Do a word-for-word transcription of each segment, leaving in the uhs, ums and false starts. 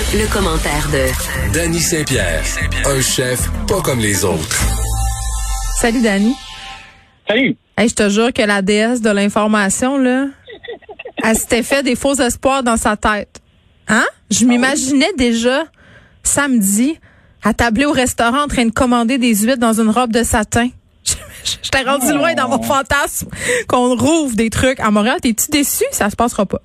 le commentaire de Dany Saint-Pierre, un chef pas comme les autres. Salut Dany. Salut. Hey, je te jure que la déesse de l'information, là, elle s'était fait des faux espoirs dans sa tête. Hein? Je m'imaginais déjà, samedi, à tabler au restaurant en train de commander des huîtres dans une robe de satin. J'étais rendu oh. loin dans mon fantasme qu'on rouvre des trucs. À Montréal, t'es-tu déçu? Ça se passera pas.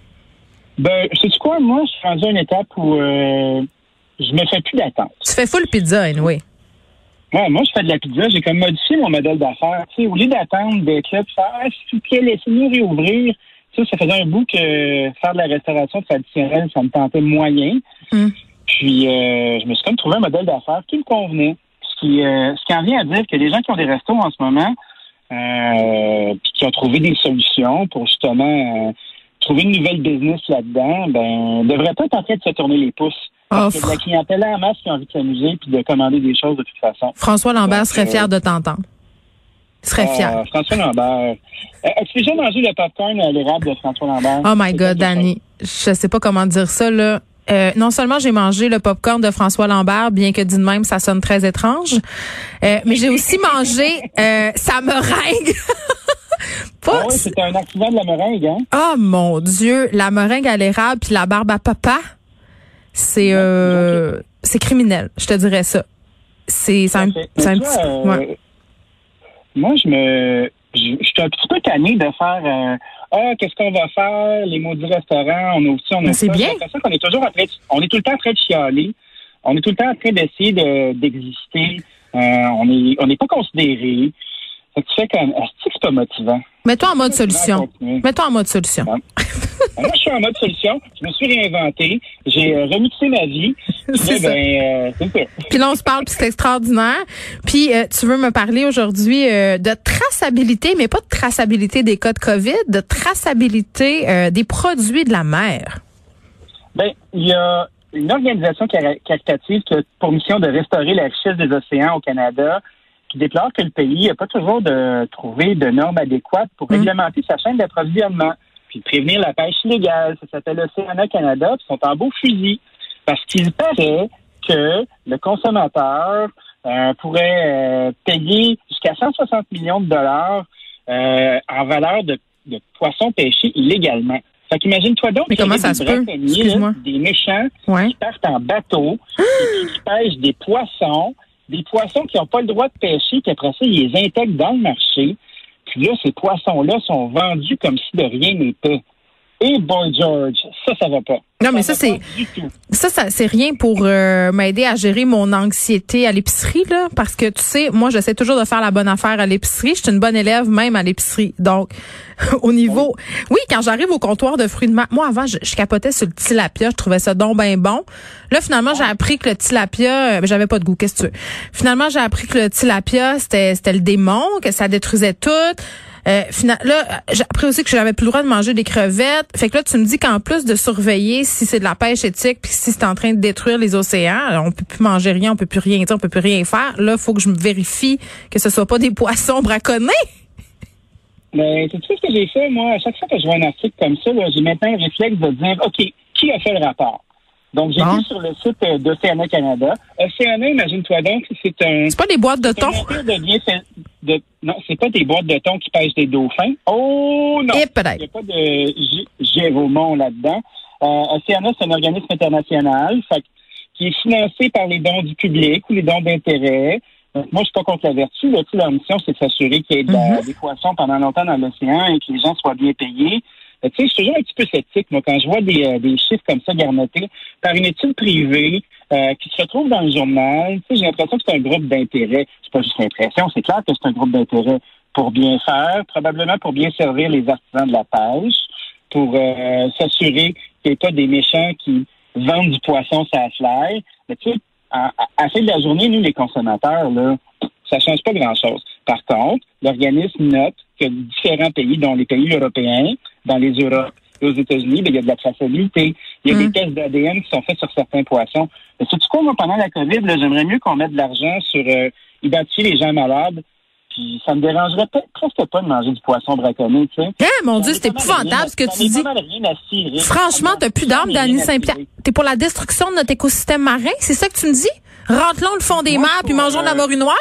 Ben, sais-tu quoi? Moi, je suis rendu à une étape où euh, je me fais plus d'attente. Tu fais full pizza, anyway. Ouais, moi, je fais de la pizza. J'ai comme modifié mon modèle d'affaires. Tu sais, au lieu d'attendre d'être là, de faire, ah, s'il vous plaît, laissez-nous réouvrir. Tu sais, ça faisait un bout que faire de la restauration traditionnelle, ça me tentait moyen. Mm. Puis, euh, je me suis comme trouvé un modèle d'affaires qui me convenait. Ce qui, euh, ce qui en vient à dire que les gens qui ont des restos en ce moment, euh, puis qui ont trouvé des solutions pour justement euh, trouver une nouvelle business là-dedans, ben, devraient pas être en train de se tourner les pouces. Parce oh, que de la clientèle en masse qui a envie de s'amuser puis de commander des choses de toute façon. François Lambert Donc, serait fier euh, de t'entendre. Il serait euh, fier. François Lambert. Euh, As-tu déjà mangé le popcorn à l'érable de François Lambert? Oh my God, Dany. Je sais pas comment dire ça, là. Euh, non seulement j'ai mangé le popcorn de François Lambert, bien que dit de même, ça sonne très étrange, euh, mais j'ai aussi mangé euh, sa meringue. Pas... Ah oui, c'était un accident de la meringue, hein? Oh mon Dieu, la meringue à l'érable puis la barbe à papa, c'est euh, c'est criminel, je te dirais ça. C'est, c'est un, c'est un petit... Euh, ouais. Moi, je me... Je, je suis un petit peu tannée de faire... Euh, ah, qu'est-ce qu'on va faire? Les maudits restaurants, on a aussi... On a c'est ça. bien. C'est ça qu'on est toujours en train de, on est tout le temps en train de chialer. On est tout le temps en train d'essayer de, d'exister. Euh, on est, on n'est pas considéré. Fait que tu fais comme... Est-ce que c'est pas motivant? Mets-toi en mode solution. Mets-toi en mode solution. Ouais. Moi, je suis en mode solution. Je me suis réinventé. J'ai euh, remixé ma vie. C'est ça. Ben, euh, c'est ça. Puis là, on se parle, puis c'est extraordinaire. Puis euh, tu veux me parler aujourd'hui euh, de traçabilité, mais pas de traçabilité des cas de COVID, de traçabilité euh, des produits de la mer. Ben, il y a une organisation caritative qui a pour mission de restaurer la richesse des océans au Canada, qui déplore que le pays n'a pas toujours de trouvé de normes adéquates pour mmh. réglementer sa chaîne d'approvisionnement. Puis prévenir la pêche illégale. Ça s'appelle Océana Canada, puis ils sont en beau fusil. Parce qu'il paraît que le consommateur euh, pourrait euh, payer jusqu'à cent soixante millions de dollars euh, en valeur de, de poissons pêchés illégalement. Fait qu'imagine-toi donc Mais comment ça se peut? Là, des méchants ouais. qui partent en bateau et qui pêchent des poissons, des poissons qui n'ont pas le droit de pêcher, puis après ça, ils les intègrent dans le marché. Puis là, ces poissons-là sont vendus comme si de rien n'était. Et Boy George, ça, ça va pas. Non, mais ça, ça c'est ça, ça, c'est rien pour euh, m'aider à gérer mon anxiété à l'épicerie, là, parce que tu sais, moi, j'essaie toujours de faire la bonne affaire à l'épicerie. Je suis une bonne élève même à l'épicerie. Donc, au niveau, oui, oui quand j'arrive au comptoir de fruits de mer, moi avant, je, je capotais sur le tilapia, je trouvais ça donc ben bon. Là, finalement, j'ai appris que le tilapia, euh, j'avais pas de goût. Qu'est-ce que tu veux? Finalement, j'ai appris que le tilapia, c'était, c'était le démon, que ça détruisait tout. Euh, final, là, j'ai appris aussi que j'avais plus le droit de manger des crevettes. Fait que là, tu me dis qu'en plus de surveiller si c'est de la pêche éthique puis si c'est en train de détruire les océans, on peut plus manger rien, on peut plus rien dire, on peut plus rien faire. Là, faut que je me vérifie que ce soit pas des poissons braconnés. Mais tu sais ce que j'ai fait, moi? À chaque fois que je vois un article comme ça, là, j'ai maintenant un réflexe de dire, OK, qui a fait le rapport? Donc, j'ai été sur le site euh, d'Océana Canada. Océana, imagine-toi donc, c'est un... C'est pas des boîtes de thon? De bien fait, de, non, c'est pas des boîtes de thon qui pêchent des dauphins. Oh non! Il n'y a pas de G- Géromont là-dedans. Euh, Océana, c'est un organisme international fait, qui est financé par les dons du public ou les dons d'intérêt. Donc, moi, je suis pas contre la vertu. Là, leur mission, c'est de s'assurer qu'il y ait de la, mm-hmm. des poissons pendant longtemps dans l'océan et que les gens soient bien payés. Tu sais, je suis toujours un petit peu sceptique, moi, quand je vois des, euh, des chiffres comme ça garnotés par une étude privée euh, qui se retrouve dans le journal. Tu sais, j'ai l'impression que c'est un groupe d'intérêt. C'est pas juste l'impression, c'est clair que c'est un groupe d'intérêt pour bien faire, probablement pour bien servir les artisans de la pêche, pour euh, s'assurer qu'il n'y ait pas des méchants qui vendent du poisson sur la fly. Mais tu sais, à, à, à la fin de la journée, nous, les consommateurs, là, ça change pas grand-chose. Par contre, l'organisme note que différents pays, dont les pays européens, dans les Europes et aux États-Unis, bien, il y a de la traçabilité. Il y a mmh. des tests d'A D N qui sont faits sur certains poissons. Mais sais-tu quoi, moi, pendant la COVID, là, j'aimerais mieux qu'on mette de l'argent sur euh, identifier les gens malades Puis ça me dérangerait presque pas de manger du poisson braconné, tu sais. Eh, mon Dieu, c'est épouvantable ce que tu dis. Franchement, t'as plus d'âme, Dany Saint-Pierre. T'es pour la destruction de notre écosystème marin? C'est ça que tu me dis? Rentre-le le fond des mers puis mangeons de la morue noire?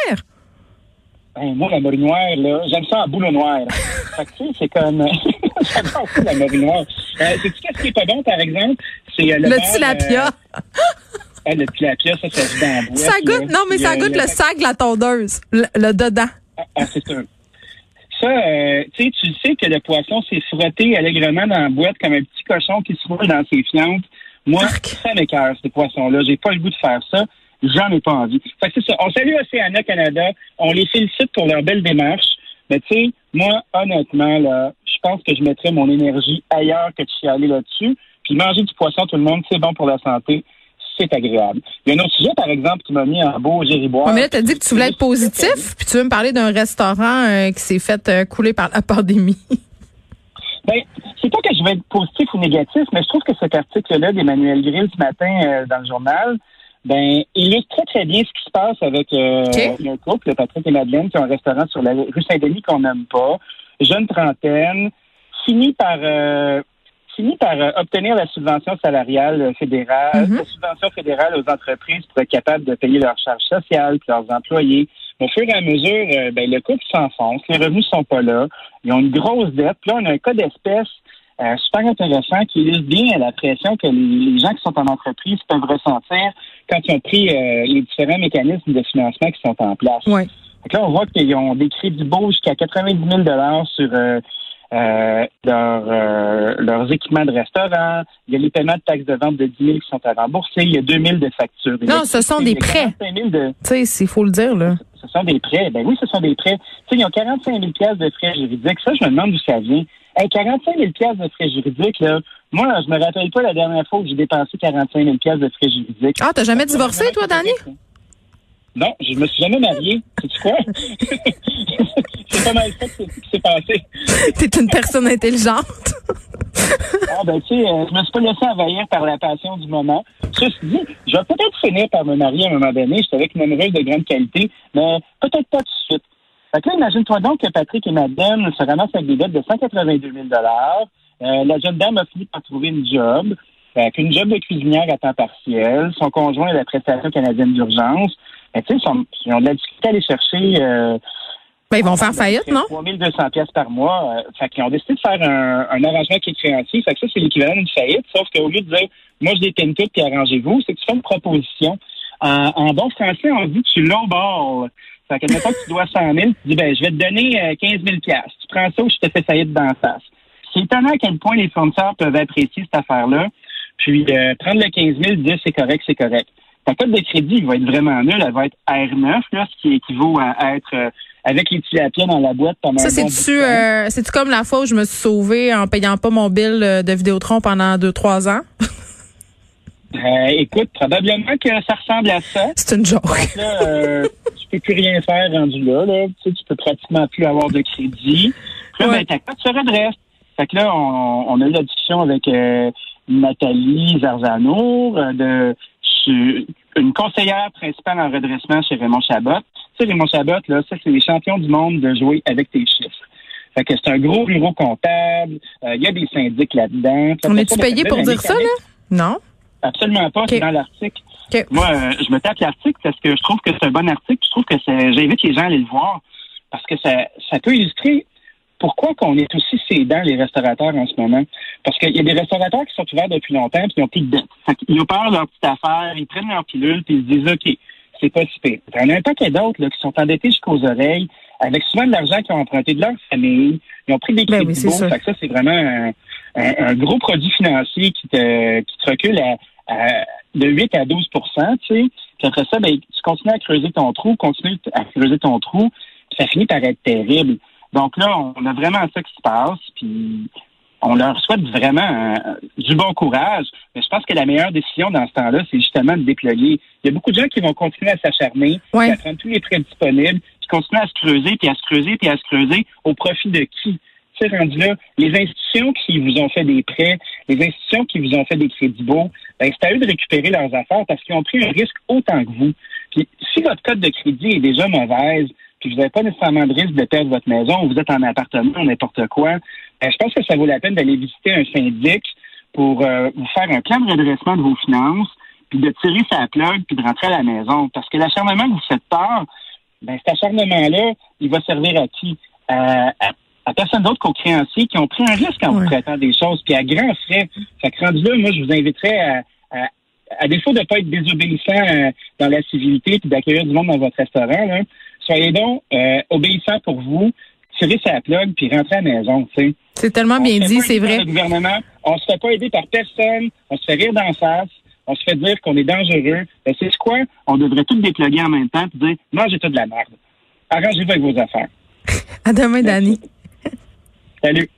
Ben, moi, la morue noire, là, j'aime ça en boule noire. Fait que, tu sais, c'est comme... J'adore ça, la morue noire. Euh, sais-tu qu'est-ce qui est pas bon, par exemple? C'est euh, le, le tilapia. Euh... Ah, le tilapia, ça, ça se vend en boîte. Ça goûte, là. Non, mais ça goûte le, le sac de la tondeuse. Le, le dedans. Ah, ah c'est sûr. Ça, euh, tu sais, tu sais que le poisson s'est frotté allègrement dans la boîte comme un petit cochon qui se roule dans ses fientes. Moi, Arc. ça m'écoeure, ces poissons-là. J'ai pas le goût de faire ça. J'en ai pas envie. Fait que c'est ça. On salue Océana Canada. On les félicite pour leur belle démarche. Mais tu sais, moi, honnêtement, là, je pense que je mettrais mon énergie ailleurs que de chialer là-dessus. Puis manger du poisson, tout le monde, c'est bon pour la santé. C'est agréable. Il y a un autre sujet, par exemple, qui m'a mis en beau gériboire. Ouais, mais là, t'as dit que tu voulais être positif, puis tu veux me parler d'un restaurant euh, qui s'est fait euh, couler par la pandémie. Ben, c'est pas que je vais être positif ou négatif, mais je trouve que cet article-là d'Emmanuel Grill ce matin euh, dans le journal, ben, illustre très, très bien ce qui se passe avec euh, okay. un couple, Patrick et Madeleine, qui ont un restaurant sur la rue Saint-Denis qu'on n'aime pas, jeune trentaine, fini par... Euh, fini par euh, obtenir la subvention salariale fédérale, mm-hmm. la subvention fédérale aux entreprises pour être capables de payer leurs charges sociales et leurs employés. Au fur et à mesure, euh, ben, le couple s'enfonce, les revenus sont pas là, ils ont une grosse dette. Puis là, on a un cas d'espèce euh, super intéressant qui illustre bien la pression que les, les gens qui sont en entreprise peuvent ressentir quand ils ont pris euh, les différents mécanismes de financement qui sont en place. Ouais. Donc là, on voit qu'ils ont des crédits beaux jusqu'à quatre-vingt-dix mille dollars sur... Euh, Euh, leur, euh, leurs équipements de restaurant. Il y a les paiements de taxes de vente de dix mille qui sont à rembourser. Il y a deux mille de factures. Non, ce sont des prêts. De... Tu sais, il faut le dire, là. Ce sont des prêts. Ben oui, ce sont des prêts. Tu sais, ils ont quarante-cinq mille dollars de frais juridiques. Ça, je me demande d'où ça vient. Hey, quarante-cinq mille dollars de frais juridiques, là. Moi, je me rappelle pas la dernière fois que j'ai dépensé quarante-cinq mille dollars de frais juridiques. Ah, t'as jamais divorcé, toi, Dany? Non, je me suis jamais marié. Sais-tu quoi? C'est pas mal ça qui s'est passé. T'es une personne intelligente. Ah ben tu sais, euh, je me suis pas laissé envahir par la passion du moment. Ceci dit, je vais peut-être finir par me marier à un moment donné. Je suis avec une amoureuse de grande qualité, mais peut-être pas tout de suite. Fait que là, imagine-toi donc que Patrick et Madeleine se ramassent avec des dettes de cent quatre-vingt-deux mille dollars. Euh, la jeune dame a fini par trouver une job, avec une job de cuisinière à temps partiel. Son conjoint est la prestation canadienne d'urgence. Mais tu sais, ils ont de la difficulté à aller chercher... Euh, ben, ils vont faire faillite, non? trois mille deux cents dollars par mois. Euh, fait qu'ils ont décidé de faire un, un arrangement qui est créancier. Fait que ça, c'est l'équivalent d'une faillite. Sauf qu'au lieu de dire, moi, je déteins tout puis arrangez-vous, c'est que tu fais une proposition. En, en bon français, on dit tu lowball. Fait que maintenant que tu dois cent mille, tu dis, ben, je vais te donner euh, quinze mille dollars. Tu prends ça ou je te fais faillite d'en face. C'est étonnant à quel point les fournisseurs peuvent apprécier cette affaire-là. Puis, euh, prendre le quinze mille, dire c'est correct, c'est correct. Ta cote de crédit va être vraiment nulle. Elle va être R neuf, là, ce qui équivaut à, à être euh, avec les tilapias dans la boîte pendant ça, un bon c'est-tu, euh, c'est-tu comme la fois où je me suis sauvée en payant pas mon bill de Vidéotron pendant deux, trois ans? euh, écoute, probablement que ça ressemble à ça. C'est une joke. Donc là, euh, tu peux plus rien faire rendu là, là. Tu sais, tu peux pratiquement plus avoir de crédit. Puis là, ouais. ben, ta cote se redresse. Fait que là, on, on a eu la discussion avec euh, Nathalie Zarzano euh, de une conseillère principale en redressement chez Raymond Chabot. Tu sais, Raymond Chabot, là, ça, c'est les champions du monde de jouer avec tes chiffres. Fait que c'est un gros bureau comptable. Il euh, y a des syndics là-dedans. On est-tu payé pour dire ça, là? Non. Absolument pas. Okay. C'est dans l'article. Okay. Moi, euh, je me tape l'article parce que je trouve que c'est un bon article. Je trouve que c'est, j'invite les gens à aller le voir parce que ça, ça peut illustrer pourquoi qu'on est aussi sédents, les restaurateurs, en ce moment. Parce qu'il y a des restaurateurs qui sont ouverts depuis longtemps et qui n'ont plus de dette. Fait qu'ils ont peur de leur petite affaire, ils prennent leur pilule puis ils se disent, OK, c'est pas si pire. Il y en a un paquet d'autres là, qui sont endettés jusqu'aux oreilles, avec souvent de l'argent qu'ils ont emprunté de leur famille. Ils ont pris des crédits beaux. Fait que ça, c'est vraiment un, un, un gros produit financier qui te, qui te recule à, à, de huit à douze pour cent, tu sais. Puis après ça, ben, tu continues à creuser ton trou, continues à creuser ton trou, puis ça finit par être terrible. Donc là, on a vraiment ça qui se passe, puis on leur souhaite vraiment euh, du bon courage. Mais je pense que la meilleure décision dans ce temps-là, c'est justement de déployer. Il y a beaucoup de gens qui vont continuer à s'acharner, ouais. à prendre tous les prêts disponibles, puis continuer à se creuser, puis à se creuser, puis à se creuser au profit de qui? Tu sais, rendu là, les institutions qui vous ont fait des prêts, les institutions qui vous ont fait des crédits beaux, ben, c'est à eux de récupérer leurs affaires parce qu'ils ont pris un risque autant que vous. Puis si votre cote de crédit est déjà mauvaise, puis vous n'avez pas nécessairement de risque de perdre votre maison, ou vous êtes en appartement ou n'importe quoi, euh, je pense que ça vaut la peine d'aller visiter un syndic pour euh, vous faire un plan de redressement de vos finances, puis de tirer sa plug, puis de rentrer à la maison. Parce que l'acharnement que vous faites peur, ben cet acharnement-là, il va servir à qui? À, à, à personne d'autre qu'aux créanciers qui ont pris un risque en ouais. vous prêtant des choses, puis à grands frais. Fait que rendu là, moi, je vous inviterais à, à, à défaut de ne pas être désobéissant euh, dans la civilité puis d'accueillir du monde dans votre restaurant, là, soyez donc euh, obéissants pour vous, tirez sa plug, puis rentrez à la maison, tu sais. C'est tellement bien dit, c'est vrai. Le gouvernement, on se fait pas aider par personne, on se fait rire d'en face, on se fait dire qu'on est dangereux. Ben, c'est quoi? On devrait tout dépluguer en même temps et dire « Mangez tout de la merde. Arrangez-vous avec vos affaires. » À demain, Dany. Salut.